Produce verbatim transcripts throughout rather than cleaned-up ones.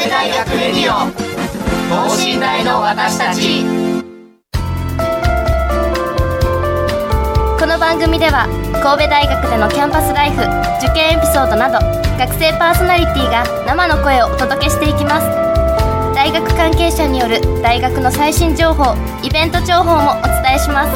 神戸大学レディオ等身大の私たち。 この番組では神戸大学でのキャンパスライフ、受験エピソードなど学生パーソナリティが生の声をお届けしていきます。大学関係者による大学の最新情報、イベント情報もお伝えします。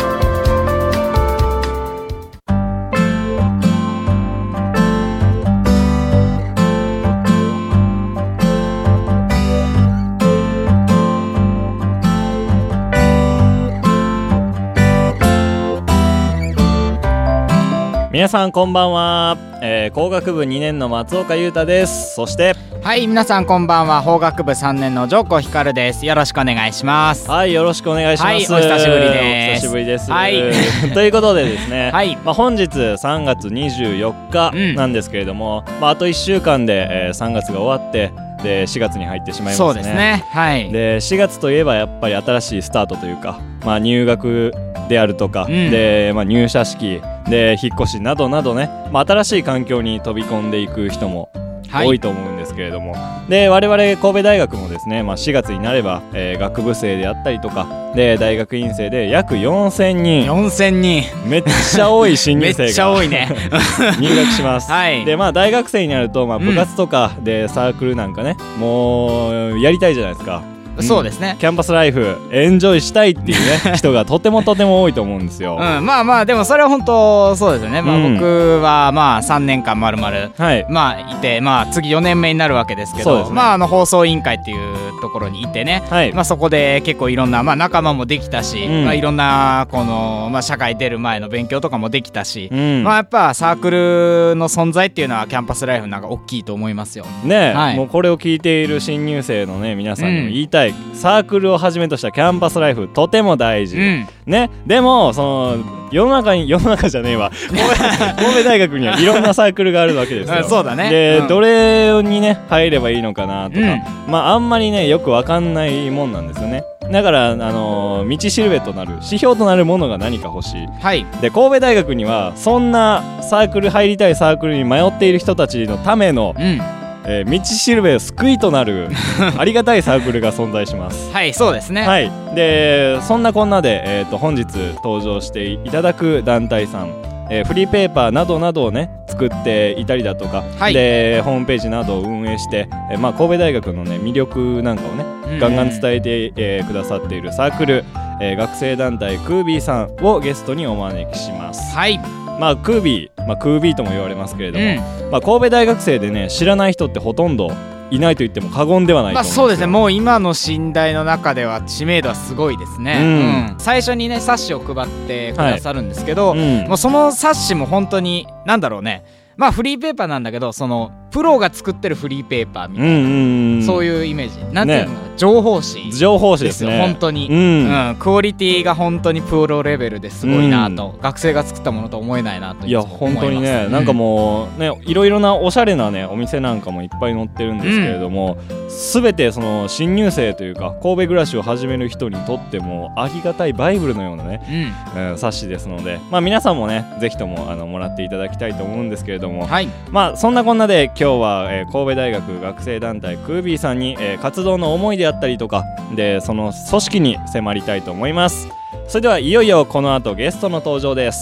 皆さんこんばんは、えー、工学部にねんの松岡裕太です。そしてはい皆さんこんばんは、法学部さんねんの上甲光です。よろしくお願いします。 はい、よろしくお願いします。 はい、お久しぶりです。 お久しぶりです、 はい、 ということでですね、 はい、 まあ、本日さんがつにじゅうよっかなんですけれども、うん、まあ、あといっしゅうかんで、えー、さんがつが終わってでしがつに入ってしまいますね。 そうですね、はい、 でしがつといえばやっぱり新しいスタートというか、まあ、入学であるとか、うん、で、まあ、入社式で引っ越しなどなどね、まあ、新しい環境に飛び込んでいく人も多いと思うんですけれども、はい、で我々神戸大学もですね、まあ、しがつになれば、えー、学部生であったりとかで大学院生で約よんせんにんよんせんにんめっちゃ多い新入生がめっちゃ多いね入学します、 はい、 でまあ大学生になると、まあ、部活とかでサークルなんかね、うん、もうやりたいじゃないですか。 そうですね、 キャンパスライフエンジョイしたいっていうね人がとてもとても多いと思うんですよ、 うん、まあまあでもそれは本当そうですよね、まあ、うん、僕はまあさんねんかんまるまるまあいて、まあ次よねんめになるわけですけど、ね、まああの放送委員会っていうところにいてね、はい、まあそこで結構いろんな、まあ、仲間もできたし、うん、まあいろんなこの、まあ、社会出る前の勉強とかもできたし、うん、まあやっぱサークルの存在っていうのはキャンパスライフなんか大きいと思いますよね、 はい、 もうこれを聞いている新入生のね皆さんにも言いたい、うん、サークルをはじめとしたキャンパスライフとても大事、うん、ね、でもその世の中に世の中じゃねえわ神戸大学にはいろんなサークルがあるわけですよそうだね、 で、 うん、 どれにね入ればいいのかなとか、うん、まああんまりねよくわかんないもんなんですよね。だからあのー、道しるべとなる指標となるものが何か欲しい、はい、で神戸大学にはそんなサークル入りたいサークルに迷っている人たちのための、うん、えー、道しるべ救いとなるありがたいサークルが存在しますはい、そうですね、 はい、でそんなこんなで、えー、と本日登場していただく団体さん、えー、フリーペーパーなどなどをね作っていたりだとか、はい、でホームページなどを運営して、えーまあ、神戸大学の、ね、魅力なんかをね、うん、ガンガン伝えて、えー、くださっているサークル、えー、学生団体クービーさんをゲストにお招きします。はい、まあ、クービー、まあ、クービーとも言われますけれども、うん、まあ、神戸大学生でね知らない人ってほとんどいないと言っても過言ではないと思うんですよ。 まあそうですね、もう今の信大の中では知名度はすごいですね、うんうん、最初にね冊子を配ってくださるんですけど、はい、うん、もうその冊子も本当になんだろうね、まあフリーペーパーなんだけどそのプロが作ってるフリーペーパーみたいな、うんうんうん、そういうイメージなんていうの、ね、情報誌情報誌ですね本当に、うんうん、クオリティが本当にプロレベルですごいなと、うん、学生が作ったものと思えないなといや本当にね、うん、なんかもうねいろいろなおしゃれなねお店なんかもいっぱい載ってるんですけれども、すべ、うん、てその新入生というか神戸暮らしを始める人にとってもありがたいバイブルのようなね、うんうん、冊子ですので、まあ、皆さんもねぜひともあのもらっていただきたいと思うんですけれども、はい、まあそんなこんなで今日は、えー、神戸大学学生団体クービーさんに、えー、活動の思いであったりとかでその組織に迫りたいと思います。それではいよいよこの後ゲストの登場です。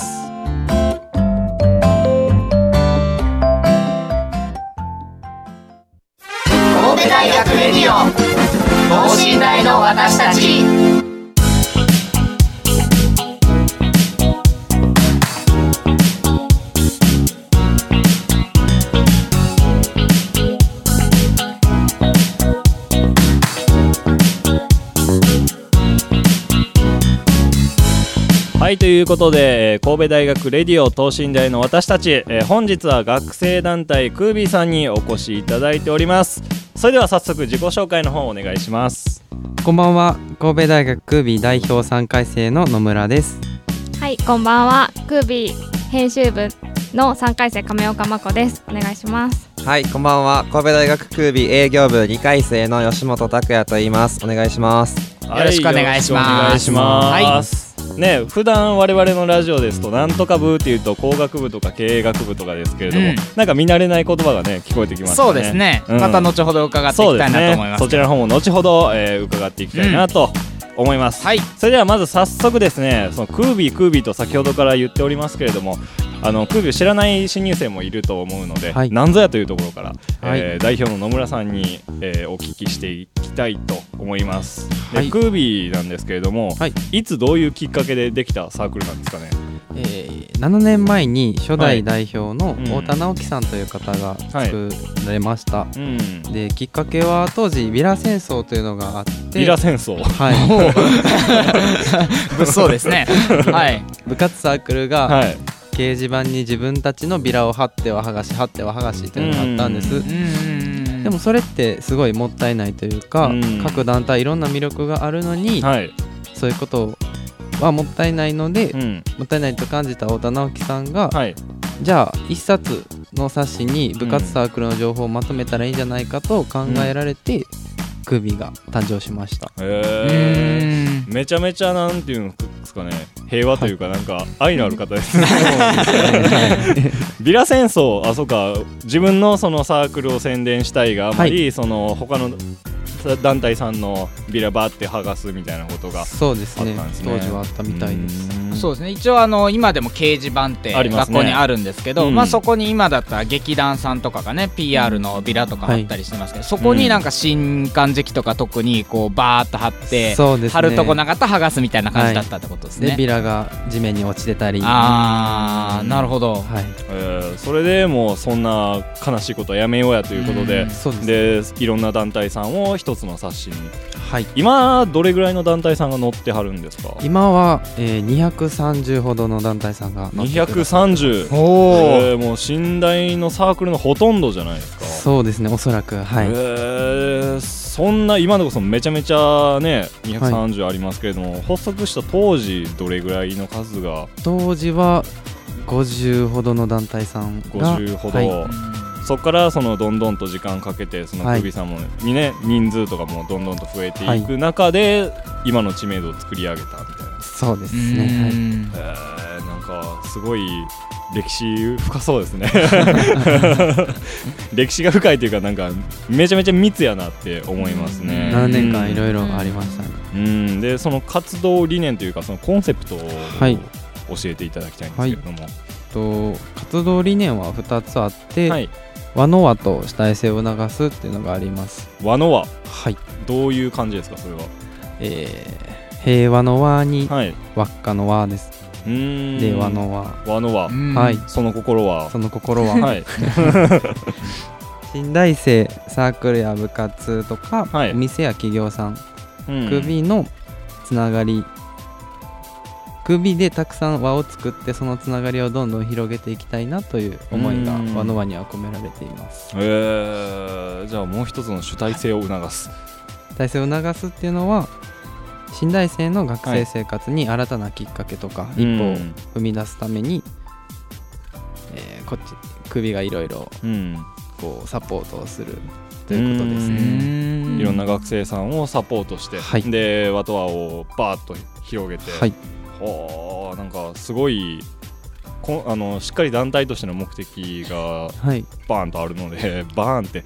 神戸大学レディオ等身大の私たち。 はい、ということで、えー、神戸大学レディオ等身大の私たち、えー、本日は学生団体クービーさんにお越しいただいております。それでは早速自己紹介の方お願いします。 こんばんは、神戸大学クービー代表さんかい生の野村です。 はい、こんばんは、クービー編集部のさんかい生亀岡真子です。お願いします。 はい、こんばんは、神戸大学クービー営業部にかい生の吉本拓也と言います。お願いします。 よろしくお願いします。 はい、 ね普段我々のラジオですとなんとか部っていうと工学部とか経営学部とかですけれども、うん、なんか見慣れない言葉がね聞こえてきましたね。 そうですね、うん、また後ほど伺っていきたいなと思います。 そ, す、ね、そちらの方も後ほど、えー、伺っていきたいなと、うん思います、はい、それではまず早速ですね、そのクービークービーと先ほどから言っておりますけれども、あのクービーを知らない新入生もいると思うので、はい、何ぞやというところから、はいえー、代表の野村さんに、えー、お聞きしていきたいと思います。で、はい、クービーなんですけれども、はい、いつどういうきっかけでできたサークルなんですかね。 えー、ななねんまえに初代代表の太田直樹さんという方が作られました、はいうん、できっかけは当時ビラ戦争というのがあって。 ビラ戦争はい物騒ですねはい、 部活サークルが、はい掲示板に自分たちのビラを貼っては剥がし貼っては剥がしというのがあったんです。でもそれってすごいもったいないというか、各団体いろんな魅力があるのに、はい、そういうことはもったいないので、うん、もったいないと感じた太田直樹さんが、はい、じゃあ一冊の冊子に部活サークルの情報をまとめたらいいんじゃないかと考えられて、うんクービーが誕生しました。 へーめちゃめちゃなんていうんですかね、平和というかなんか愛のある方ですねビラ戦争、あそうか自分のそのサークルを宣伝したいがあまり、はい、その他の団体さんのビラバーって剥がすみたいなことがあったんですね。 そうですね、当時はあったみたいです。 そうですね、一応あの今でも掲示板って学校にあるんですけど、あ、ねうんまあ、そこに今だったら劇団さんとかがね ピーアール のビラとか貼ったりしてますけど、はい、そこになんか新刊時期とか特にこうバーッと貼って、ね、貼るとこなかったら剥がすみたいな感じだったってことですね、はい、 でビラが地面に落ちてたり。 あーなるほど、はいえー、それでもうそんな悲しいことはやめようやということで、でいろんな団体さんを一つの冊子に、はい、今どれぐらいの団体さんが載ってはるんですか。 今は、えー、にひゃくさんじゅうほどの団体さんが載ってにひゃくさんじゅう、おー、えー、もう信大のサークルのほとんどじゃないですか。 そうですね、おそらく、はい、 えー、そんな今でこそめちゃめちゃねにひゃくさんじゅうありますけれども、はい、発足した当時どれぐらいの数が。 当時はごじゅうほどの団体さんがごじゅうほど、はい、そこからそのどんどんと時間かけてそのクービーさんもにね、人数とかもどんどんと増えていく中で、今の知名度を作り上げたみたいな。 そうですね、はい、 えー、なんかすごい歴史深そうですね歴史が深いというかなんかめちゃめちゃ密やなって思いますね。 ななねんかんいろいろありましたね。 うんでその活動理念というかそのコンセプトを教えていただきたいんですけれども、はい、 と活動理念はふたつあって、はい、和の和と主体性を促すっていうのがあります。 和の和、 はい、 どういう感じですかそれは。 えー、平和の和に、はい、輪っかの和です。うーんで和の和、 和の和、 はい、 その心はその心は、はい、新大生サークルや部活とか、はい、お店や企業さん、うん、クービーのつながり、クービーでたくさん輪を作ってそのつながりをどんどん広げていきたいなという思いが和の輪には込められています。 へー、じゃあもう一つの主体性を促す、 主体性を促すっていうのは新大生の学生生活に新たなきっかけとか、はい、一歩を踏み出すために、えー、こっちクービーがいろいろこうサポートをするということですね。 いろんな学生さんをサポートして、はい、で輪と輪をバーッと広げて、はい、ほー、なんかすごいこあのしっかり団体としての目的がバーンとあるので、はい、バーンって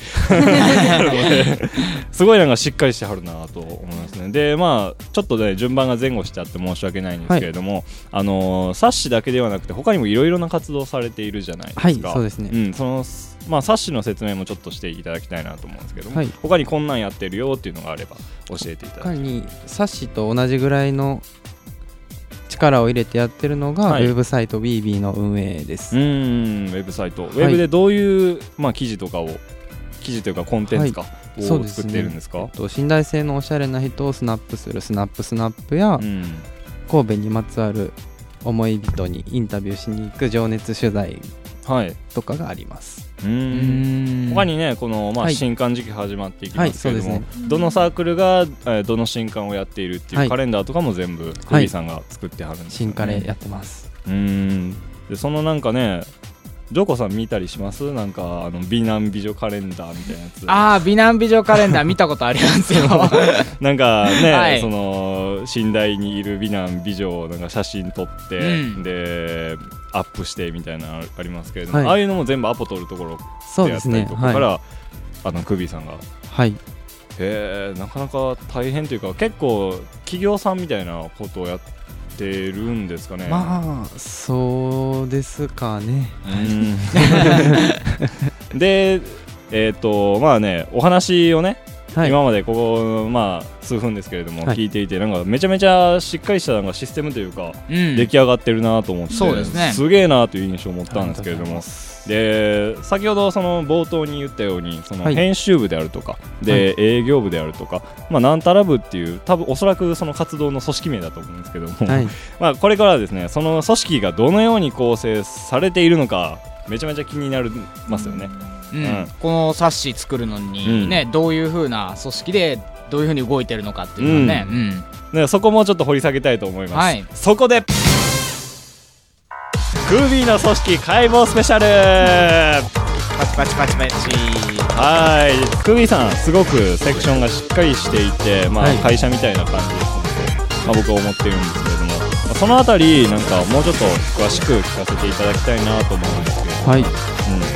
すごいなんかしっかりしてはるなと思いますね。でまあちょっとね順番が前後しちゃって申し訳ないんですけれども、はい、あの冊子だけではなくて他にもいろいろな活動されているじゃないですか。 はい、そうですね、 うん、そのまあ、冊子の説明もちょっとしていただきたいなと思うんですけども、はい、他にこんなんやってるよっていうのがあれば教えていただきたい。 他に冊子と同じぐらいの力を入れてやってるのが、はい、ウェブサイト ウィービー の運営です。 うーん、ウェブサイト、ウェブでどういう、まあ、記事とかを記事というかコンテンツか、はい、を作っているんですか。 そうですね、えっと、信頼性のおしゃれな人をスナップするスナップスナップや、うん、神戸にまつわる思い人にインタビューしに行く情熱取材とかがあります。 うーん、他にねこの、まあ、新刊時期始まっていきますけれども、はいはい、ね、どのサークルが、えー、どの新刊をやっているっていうカレンダーとかも全部クービーさんが作ってはるんですよね。 新カレやってます。 うーんでそのなんかねジョコさん見たりします？なんかあの美男美女カレンダーみたいなやつ。 ああ、美男美女カレンダー見たことありますよなんかね、はい、そのの寝台にいる美男美女をなんか写真撮って、うん、でアップしてみたいなのありますけれども、はい、ああいうのも全部アポ取るところでやったりとかから、ね、はい、あのクービーさんが、 はい、 へー、なかなか大変というか結構企業さんみたいなことをやってるんですかね。 まあそうですかね。 うんでえっ、ー、とまあねお話をね、はい、今までここまあ数分ですけれども、はい、聞いていてなんかめちゃめちゃしっかりしたなんかシステムというか、うん、出来上がってるなと思って、 そうですね、 すげえなという印象を持ったんですけれども、で先ほどその冒頭に言ったようにその編集部であるとか、はい、で営業部であるとか、まあ、なんたら部っていう多分おそらくその活動の組織名だと思うんですけども、はい、まあこれからですねその組織がどのように構成されているのかめちゃめちゃ気になりますよね。 うんうん、この冊子作るのに、ね、うん、どういう風な組織でどういう風に動いてるのかっていうのはね、うんうん、 でそこもちょっと掘り下げたいと思います、はい、そこでクービーの組織解剖スペシャルパチパチパチパチ。 はい、クービーさんすごくセクションがしっかりしていて、まあ、会社みたいな感じですので、まあ、僕は思ってるんですけれども、まあ、そのあたりなんかもうちょっと詳しく聞かせていただきたいなと思うんですけど、はい、うん、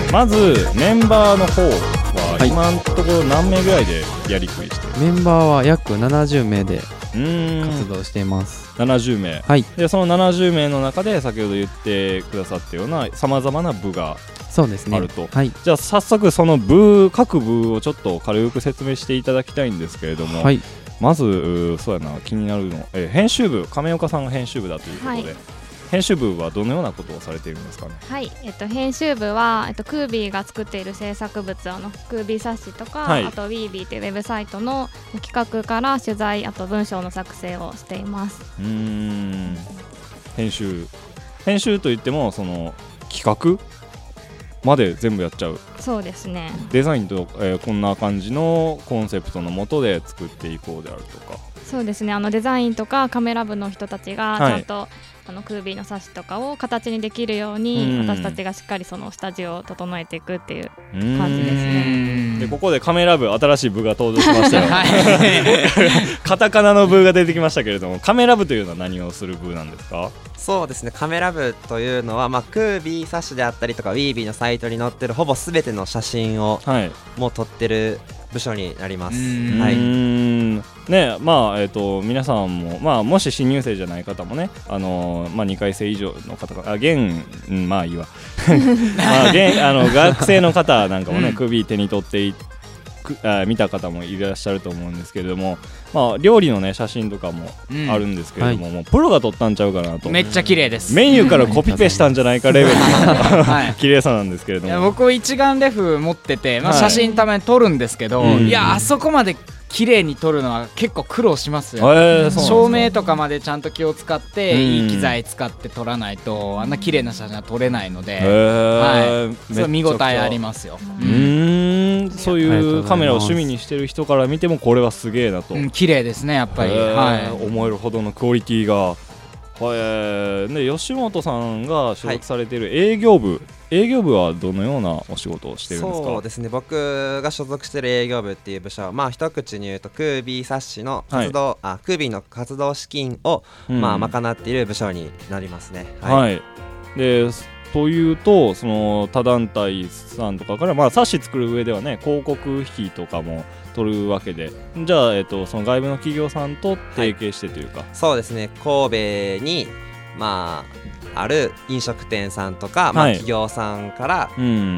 まずメンバーの方は今のところ何名ぐらいでやりくりしてる？ メンバーは約ななじゅうめいで活動しています。 ななじゅうめい、はい、でそのななじゅうめいの中で先ほど言ってくださったようなさまざまな部がそうですね、 あると、 はい、 じゃあ早速その部各部をちょっと軽く説明していただきたいんですけれども、はい、まずそうやな気になるの、えー、編集部、亀岡さんが編集部だということで、はい、編集部はどのようなことをされているんですかね。 はい、えっと、編集部は、えっと、クービーが作っている制作物あのクービー冊子とか、はい、あと ウィービー というウェブサイトの企画から取材、あと文章の作成をしています。 うーん、編集編集といってもその企画まで全部やっちゃう。 そうですね、 デザインと、えー、こんな感じのコンセプトの下で作っていこうであるとか。 そうですね、あのデザインとかカメラ部の人たちがちゃんと、はい、あのクービーの冊子とかを形にできるように私たちがしっかりその下地を整えていくっていう感じですね。 でここでカメラ部、新しい部が登場しましたよカタカナの部が出てきましたけれども、カメラ部というのは何をする部なんですか？ そうですね、カメラ部というのは、まあ、クービー冊子であったりとか ウィービー のサイトに載ってるほぼ全ての写真を、はい、もう撮ってる部署になります。はい、 ね、まあえー、と皆さんも、まあ、もし新入生じゃない方もね、あのーまあ、にかい生以上の方があ現、うん、まあいいわまあ現あの学生の方なんかもね、うん、クービー手に取っていあ見た方もいらっしゃると思うんですけれども、まあ、料理の、ね、写真とかもあるんですけれども、うん、はい、もうプロが撮ったんちゃうかなと。 めっちゃ綺麗です。 メニューからコピペしたんじゃないかレベルの、はい、綺麗さなんですけれども、 いや僕一眼レフ持ってて、まあ、写真たまに撮るんですけど、はい、いやあそこまで綺麗に撮るのは結構苦労しますよ、えー、照明とかまでちゃんと気を使っていい機材使って撮らないとあんな綺麗な写真は撮れないので、えー、はい、それ見応えありますよ。 うーん、そういうカメラを趣味にしてる人から見てもこれはすげえなと、 うん、綺麗ですねやっぱり、えーはい、 思えるほどのクオリティが。えー、で吉本さんが所属されている営業部、はい、営業部はどのようなお仕事をしているんですか？ そうですね、僕が所属している営業部っていう部署は、まあ、一口に言うとクービー冊子の活動、はい、あクービーの活動資金を、うん、まあ、賄っている部署になりますね。はい、はい、でというとその他団体さんとかから、まあ、冊子作る上ではね広告費とかも取るわけで、じゃあ、えっと、その外部の企業さんと提携してというか、はい、 そうですね、神戸に、まあ、ある飲食店さんとか、はい、まあ、企業さんから、うん、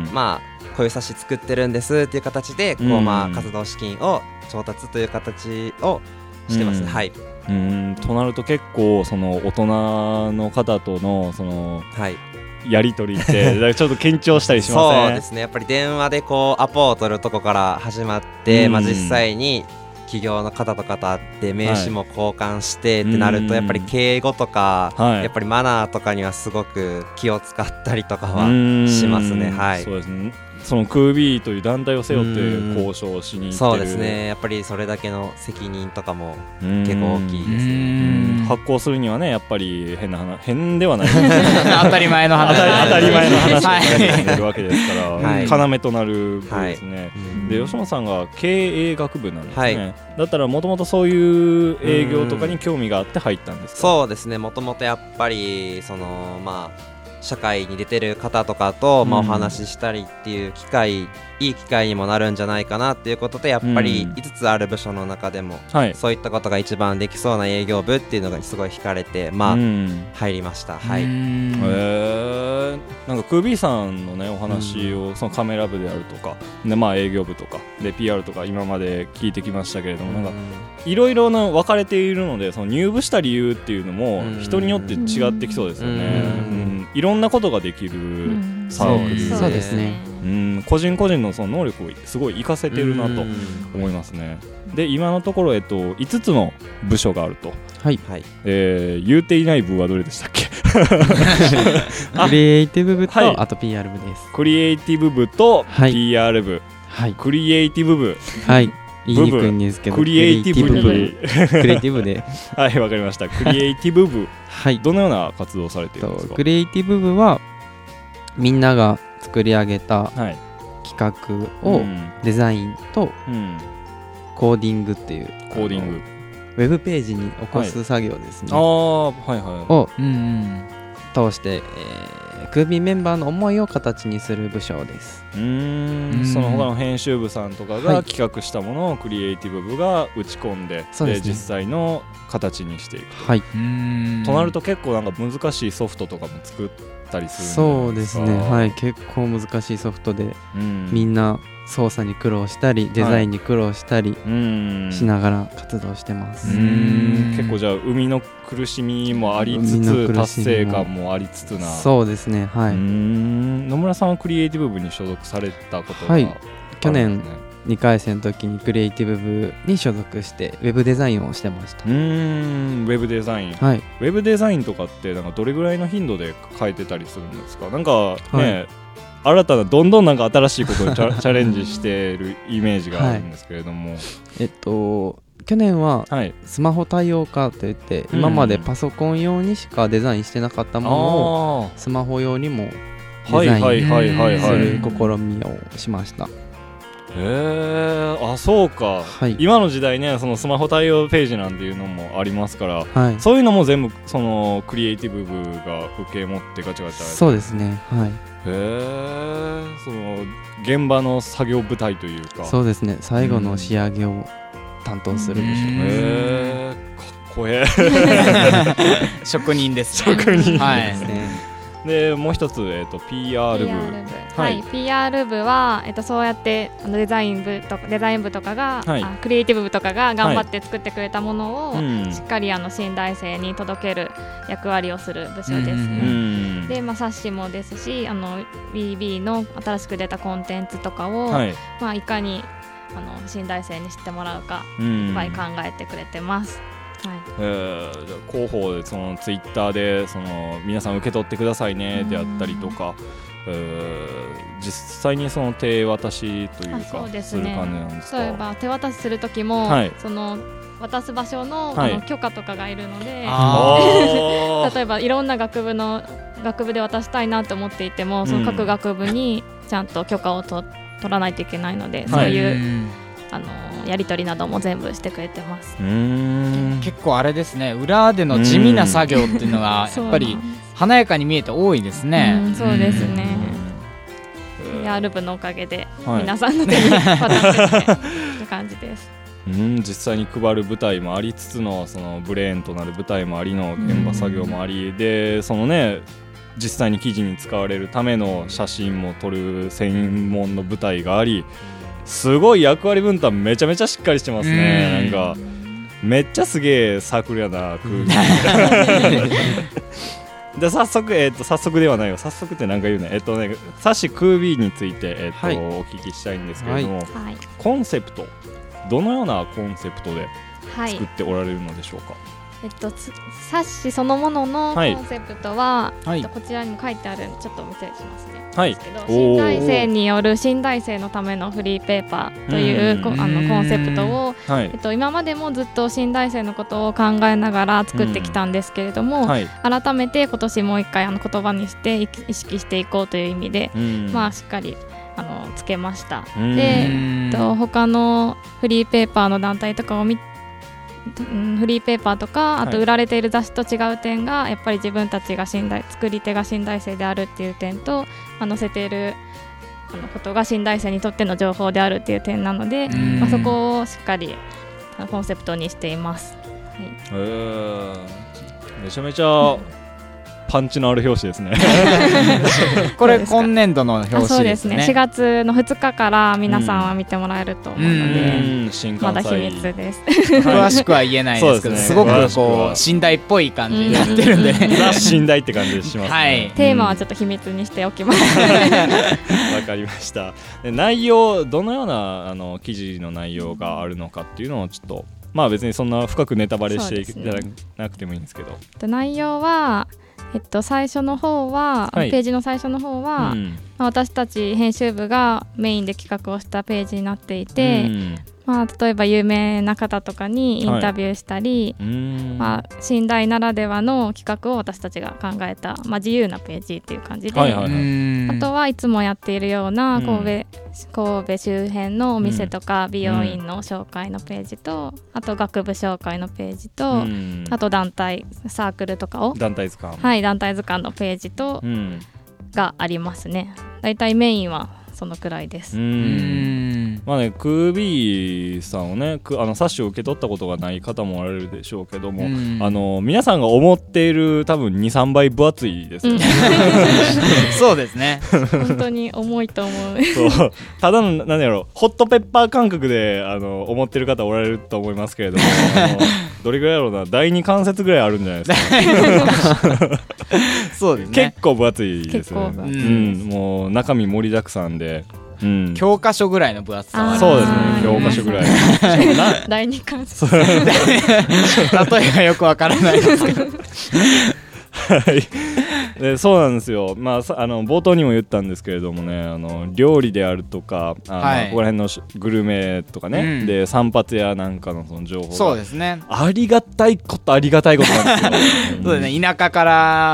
まあ、こういう冊子作ってるんですっていう形でこう、まあ、活動資金を調達という形をしてますね。うん、はい、 うーんとなると結構その大人の方とのその、はい、やり取りってちょっと緊張したりしません？ そうですね、やっぱり電話でこうアポを取るとこから始まって、うん、まあ、実際に企業の方とかと会って名刺も交換してってなると、やっぱり敬語とか、はい、やっぱりマナーとかにはすごく気を使ったりとかはしますね。はい、 そうですね、そのクービーという団体を背負って交渉しに行ってる。 そうですね、やっぱりそれだけの責任とかも結構大きいですね。 発行するにはね、やっぱり変な話、変ではない当たり前の話当たり前の話が出るわけですから、はい、要となる部分ですね。はい、 で吉本さんが経営学部なんですね、はい、だったらもともとそういう営業とかに興味があって入ったんですか？ そうですね、もともとやっぱりそのまあ社会に出てる方とかと、まあ、お話ししたりっていう機会、いい機会にもなるんじゃないかなっていうことで、やっぱりいつつある部署の中でも、うん、そういったことが一番できそうな営業部っていうのがすごい惹かれて、まあ、うん、入りました。はい。へー、なんかクービーさんのねお話を、うん、そのカメラ部であるとかで、まあ、営業部とかで ピーアール とか今まで聞いてきましたけれども、うん、なんかいろいろな分かれているので、その入部した理由っていうのも人によって違ってきそうですよね。うんうん、いろんなことができるサークル、 そうですね、 うん、個人個人のその能力をすごい活かせてるなと思いますね。で今のところ、えっと、いつつの部署があると、 はいえー、言うていない部はどれでしたっけ？ クリエイティブ部と、はい、あと ピーアール 部です。 クリエイティブ部と ピーアール 部、はい、クリエイティブ部、 はい言いにくいんですけど、 クリエイティブ部クリエイティブではい、わかりました。クリエイティブ部、はい、どのような活動をされているんですか？ クリエイティブ部はみんなが作り上げた企画をデザインとコーディングっていう、 コーディングウェブページに起こす作業ですね、 はい、ああ、はいはい、 を通して、えー、クービーメンバーの思いを形にする部署です。 うーん、その他の編集部さんとかが企画したものをクリエイティブ部が打ち込んで、はい、で、ね、実際の形にしていくと、 はい、 となると結構なんか難しいソフトとかも作ったりするんですか？ そうですね、はい、結構難しいソフトで、うん、みんな操作に苦労したりデザインに苦労したりしながら活動してます。 うーん、結構じゃあ生みの苦しみもありつつ達成感もありつつな。 そうですね、はい。うーん、野村さんはクリエイティブ部に所属されたことがあるんですね。 はい、去年にかい生の時にクリエイティブ部に所属してウェブデザインをしてました。 うーん、ウェブデザイン、 はい、 ウェブデザインとかってなんかどれぐらいの頻度で変えてたりするんですか？なんかね、はい、新たなどんどんなんか新しいことにチャ, チャレンジしているイメージがあるんですけれども、はい、 えっと去年はスマホ対応化といって、はい、今までパソコン用にしかデザインしてなかったものをスマホ用にもデザインする試みをしました。 へー、あ、そうか、はい、今の時代ね、そのスマホ対応ページなんていうのもありますから、はい、そういうのも全部そのクリエイティブ部が受け持ってガチャガチャ。 そうですね、はい。 へー、その現場の作業部隊というか。 そうですね、最後の仕上げを担当する部署です。 へー、かっこええ職人です、 ね、職人ですね、 はいでもう一つ、えーと、ピーアール 部, ピーアール 部、はい、はい、ピーアール 部は、えーと、そうやってあのデザイン部とかデザイン部とかが、はい、あクリエイティブ部とかが頑張って作ってくれたものを、はい、しっかりあの新大生に届ける役割をする部署ですね。うん、で、まあ、冊子もですし、あの ビービー の新しく出たコンテンツとかを、はい、まあ、いかにあの新大生に知ってもらうかいっぱい考えてくれてます。はい、 えー、じゃあ広報でそのツイッターでその皆さん受け取ってくださいねであったりとか、えー、実際にその手渡しというかそうです、 ね、する感じなんですか？ そういえば手渡しする時も、はい、その渡す場所 の,、はい、の許可とかがいるので、例えばいろんな学部の学部で渡したいなと思っていても、その各学部にちゃんと許可をと取らないといけないので、そういう、はい、あのやり取りなども全部してくれてます。 うーん、結構あれですね、裏での地味な作業っていうのがやっぱり華やかに見えて多いですね。 うん、そうですね。ピーアール 部のおかげで皆さんの手に渡ってきてって感じです。 うん、実際に配る舞台もありつつのそのブレーンとなる舞台もありの現場作業もありで、そのね実際に記事に使われるための写真も撮る専門の舞台があり、すごい役割分担めちゃめちゃしっかりしてますね。なんかめっちゃすげえサークルやな空気で早速、えー、と早速ではないよ早速って何か言うねえっ、ー、とねサッシクービーについて、えーとはい、お聞きしたいんですけれども、はい、コンセプトどのようなコンセプトで作っておられるのでしょうか？はい、 えっと、冊子そのもののコンセプトは、はい、こちらにも書いてあるんでちょっとお見せしますね。はい、新大生による新大生のためのフリーペーパーという、うん、あのコンセプトを、はい、えっと、今までもずっと新大生のことを考えながら作ってきたんですけれども、うん、はい、改めて今年もう一回あの言葉にして意識していこうという意味で、うん、まあ、しっかりあのつけました。で、えっと、他のフリーペーパーの団体とかを見フリーペーパーとかあと売られている雑誌と違う点が、はい、やっぱり自分たちが信頼作り手が信頼性であるっていう点と、まあ、載せているあのことが信頼性にとっての情報であるっていう点なので、まあ、そこをしっかりコンセプトにしています。はい、 えー、めちゃめちゃパンチのある表紙ですねこれ今年度の表紙ですね。 そうですね、しがつのふつかから皆さんは見てもらえると思うので、まだ秘密です詳しくは言えないですけど、 す, ね、すごくこう寝台っぽい感じになってるんで、ね、 ザ寝台って感じしますね、はい、 テーマはちょっと秘密にしておきますわかりました。で内容どのようなあの記事の内容があるのかっていうのをちょっとまあ別にそんな深くネタバレしていただなくてもいいんですけど、 内容はえっと、最初の方は、はい、ページの最初の方は、うんまあ、私たち編集部がメインで企画をしたページになっていて、うんまあ、例えば有名な方とかにインタビューしたり、はいまあ、寝台ならではの企画を私たちが考えた、まあ、自由なページっていう感じで、はいはいはい、あとはいつもやっているような神戸、うん、神戸周辺のお店とか美容院の紹介のページと、うん、あと学部紹介のページと、うん、あと団体サークルとかを団体図鑑、 はい、団体図鑑のページと、うん、がありますね。だいたいメインはそのくらいです。うーんまあね、クービーさんをねあの冊子を受け取ったことがない方もおられるでしょうけども、あの皆さんが思っている多分 にさんばい分厚いですよね、 うん、そうですね本当に重いと思うそうただの何だろうホットペッパー感覚であの思ってる方おられると思いますけれどもあのどれぐらいだろうなだいに関節ぐらいあるんじゃないですかそうですね結構分厚いですよね、うん、もう中身盛りだくさんで、うん、 教科書ぐらいの分厚さ。 そうですね教科書ぐらいだいに関節例えがよくわからないですけどはいでそうなんですよ、まあ、あの冒頭にも言ったんですけれどもねあの料理であるとかあの、はい、ここら辺のグルメとかね、うん、で散髪やなんかのその情報がそうですねありがたいことありがたいことなんですよそうですね田舎から、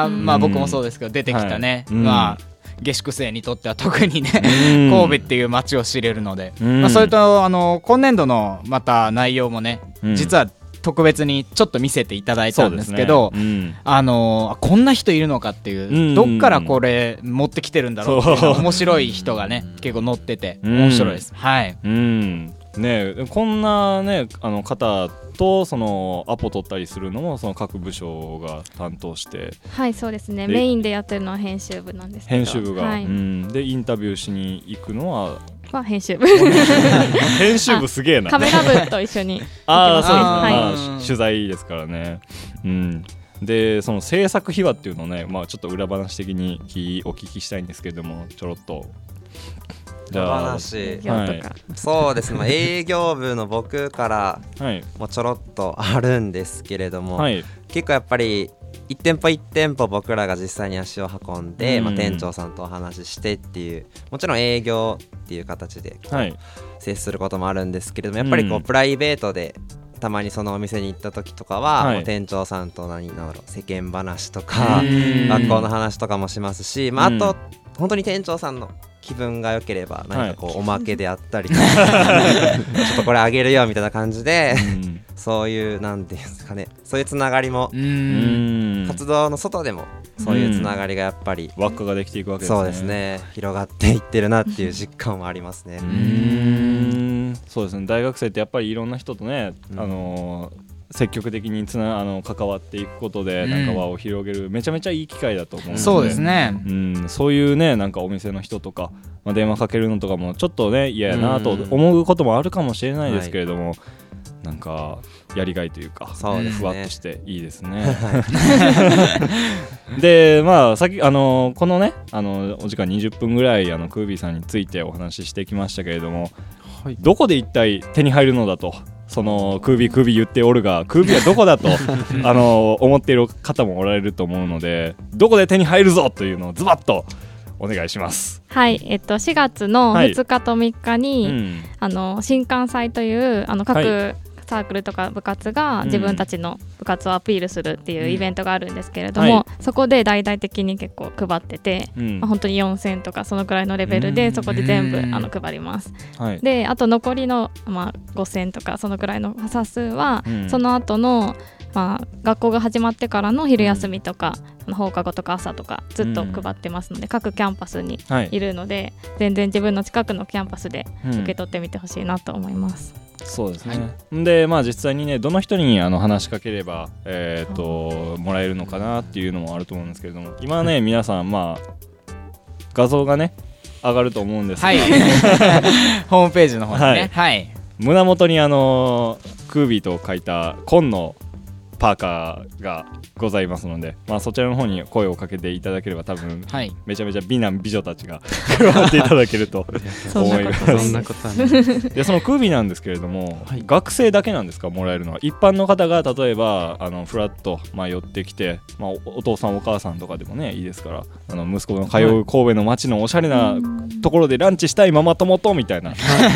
まあ、僕もそうですけど出てきたね、はい、まあ下宿生にとっては特にね神戸っていう街を知れるので、まあ、それとあの今年度のまた内容もね、うん、実は特別にちょっと見せていただいたんですけど、ねうん、あのこんな人いるのかっていう、うん、どっからこれ持ってきてるんだろうっていう面白い人がね結構載ってて面白いです、うん、はい、 うんね、こんな、ね、あの方とそのアポ取ったりするのもその各部署が担当してはいそうですねメインでやってるのは編集部なんですけど編集部が、はいうん、でインタビューしに行くのはは編集部編集部すげえなカメラ部と一緒に行きますああそうですね、はいまあ、取材ですからねうんでその制作秘話っていうのをね、まあ、ちょっと裏話的にお聞きしたいんですけれどもちょろっとじゃあ話、はい、そうですね営業部の僕からもちょろっとあるんですけれども、はい、結構やっぱり一店舗一店舗僕らが実際に足を運んで、うんまあ、店長さんとお話ししてっていうもちろん営業っていう形でこう、はい、接することもあるんですけれどもやっぱりこう、うん、プライベートでたまにそのお店に行った時とかは、はい、もう店長さんと何だろう世間話とか学校の話とかもしますし、まあ、あと、うん、本当に店長さんの気分が良ければ何かこうおまけであったりとか、はい、ちょっとこれあげるよみたいな感じで、うん、そういうなんていうんですかねそういうつながりもうん活動の外でもそういうつながりがやっぱり輪っかができていくわけですね。 そうですね広がっていってるなっていう実感はありますね。うーんそうですね大学生ってやっぱりいろんな人とね、うん、あのー積極的につなあの関わっていくことでなんか輪を広げる、うん、めちゃめちゃいい機会だと思うのでそうですね、 うん、そういうねなんかお店の人とか、まあ、電話かけるのとかもちょっとね嫌やなと思うこともあるかもしれないですけれども、うんはい、なんかやりがいというかそうですね、 ふわっとしていいですねでまあさっきあのこのねあのお時間にじゅっぷんぐらいあのクービーさんについてお話ししてきましたけれども、はい、どこで一体手に入るのだとそのクービークービー言っておるがクービーはどこだとあの思っている方もおられると思うのでどこで手に入るぞというのをズバッとお願いします。 はい、えっと、しがつのふつかとみっかに、はいうん、あの新刊祭というあの各、はいサークルとか部活が自分たちの部活をアピールするっていうイベントがあるんですけれども、うんはい、そこで大々的に結構配ってて、うんまあ、本当によんせんとかそのくらいのレベルでそこで全部あの配ります、はい、であと残りの、まあ、ごせんとかそのくらいの冊数は、うん、その後のまあ、学校が始まってからの昼休みとか、うん、放課後とか朝とかずっと配ってますので、うん、各キャンパスにいるので、はい、全然自分の近くのキャンパスで受け取ってみてほしいなと思います、 うん、そうですね、はい、でまあ実際にねどの人にあの話しかければ、えー、ともらえるのかなっていうのもあると思うんですけれども今ね、うん、皆さんまあ画像がね上がると思うんですが、はい、 ホームページの方にね、はいはい、 胸元にあのクービーと書いた紺のパーカーがございますので、まあ、そちらの方に声をかけていただければ多分、はい、めちゃめちゃ美男美女たちが加わっていただけると思います。 そんなことはないでそのクービーなんですけれども、はい、学生だけなんですかもらえるのは。一般の方が例えばあのフラッと、まあ、寄ってきて、まあ、お, お父さんお母さんとかでもねいいですからあの息子の通う神戸の街のおしゃれなところでランチしたいママ友とみたいな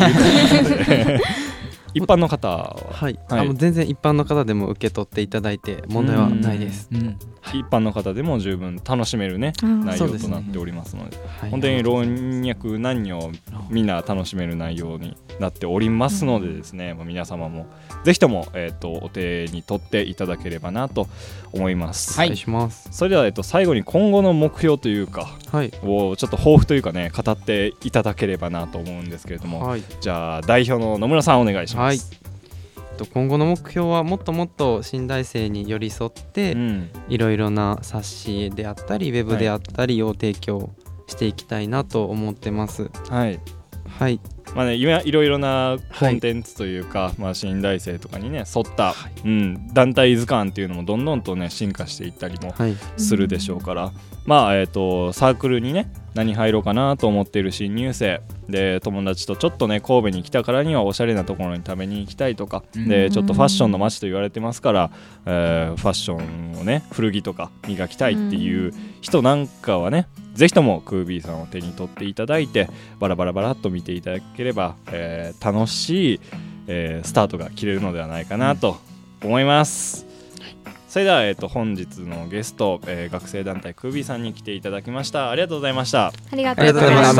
一般の方は、 はいはい、あもう全然一般の方でも受け取っていただいて問題はないです、うんうん一般の方でも十分楽しめるね、うん、内容となっておりますので、はい、本当に老若男女みんな楽しめる内容になっておりますのでですね、うんまあ、皆様もぜひとも、えー、とお手に取っていただければなと思います。 はい、お願いします。 それでは、えー、と最後に今後の目標というか、はい、をちょっと抱負というかね語っていただければなと思うんですけれども、はい、じゃあ代表の野村さんお願いします。はい今後の目標はもっともっと新大生に寄り添っていろいろな冊子であったりウェブであったりを提供していきたいなと思ってます。 はい、 はいまあね、今いろいろなコンテンツというか、はいまあ、新大生とかにね沿った、はいうん、団体図鑑っていうのもどんどんとね進化していったりもするでしょうから、はいまあえーと、サークルにね何入ろうかなと思っている新入生で友達とちょっとね神戸に来たからにはおしゃれなところに食べに行きたいとかでちょっとファッションの街と言われてますから、えー、ファッションをね古着とか磨きたいっていう人なんかはねぜひともクービーさんを手に取っていただいてバラバラバラっと見ていただければ、えー、楽しい、えー、スタートが切れるのではないかなと思います、うんそれでは、えー、と本日のゲスト、えー、学生団体クービーさんに来ていただきました。ありがとうございました。 ありがとうございました。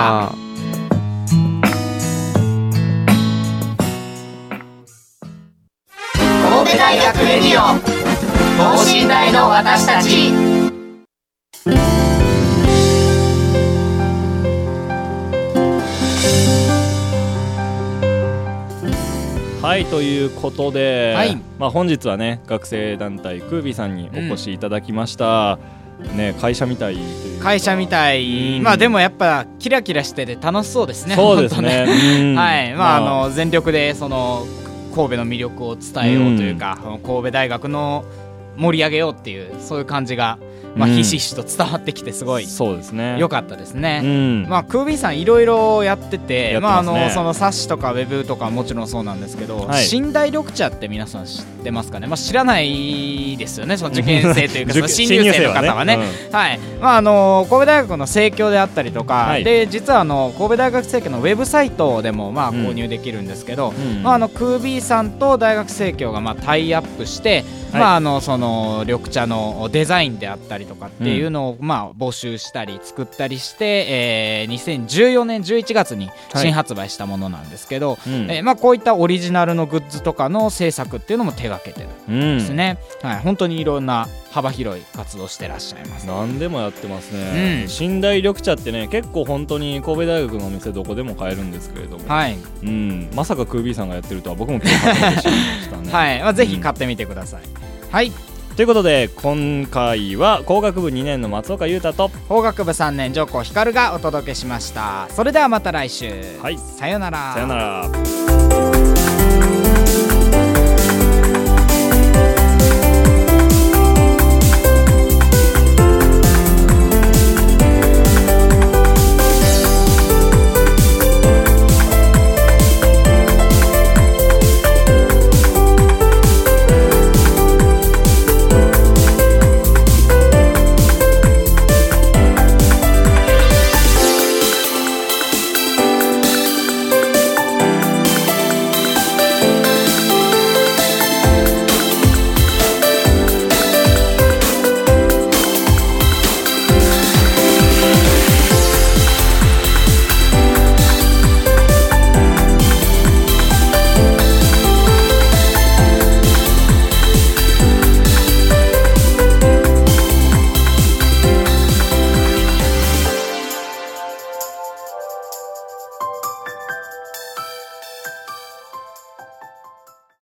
神戸大学レディオ等身大の私たち。 はいということで、はいまあ、本日はね学生団体クービーさんにお越しいただきました、うんね、会社みたいという会社みたい、うん、まあでもやっぱキラキラしてて楽しそうですね。 そうですね、 ねうん、はいまああの全力でその神戸の魅力を伝えようというか、うん、神戸大学の盛り上げようっていうそういう感じがまあ、ひしひしと伝わってきてすごい良かったですね。うんまあ、クービーさんいろいろやってて、ねまあ、あのその冊子とかウェブとかはもちろんそうなんですけど、はい、新大緑茶って皆さん知ってますかね、まあ、知らないですよねその受験生というかその新入生の方はね、うんはいまあ、あの神戸大学の生協であったりとか、はい、で実はあの神戸大学生協のウェブサイトでもまあ購入できるんですけど、うんまあ、あのクービーさんと大学生協がまあタイアップしてはいまあ、あのその緑茶のデザインであったりとかっていうのを、うんまあ、募集したり作ったりして、えー、にせんじゅうよねんじゅういちがつに新発売したものなんですけど、はいえーまあ、こういったオリジナルのグッズとかの制作っていうのも手掛けてるんですね、うんはい、本当にいろんな幅広い活動してらっしゃいます。 何でもやってますね、うん、新大緑茶ってね結構本当に神戸大学のお店どこでも買えるんですけれども、はいうん、まさかクービーさんがやってるとは僕も今日初めて知りましたねはいまあ、ぜひ買ってみてください、うんはいということで今回は工学部にねんの松岡裕太と法学部さんねん上甲光がお届けしました。それではまた来週、 はい、 さよならさよなら。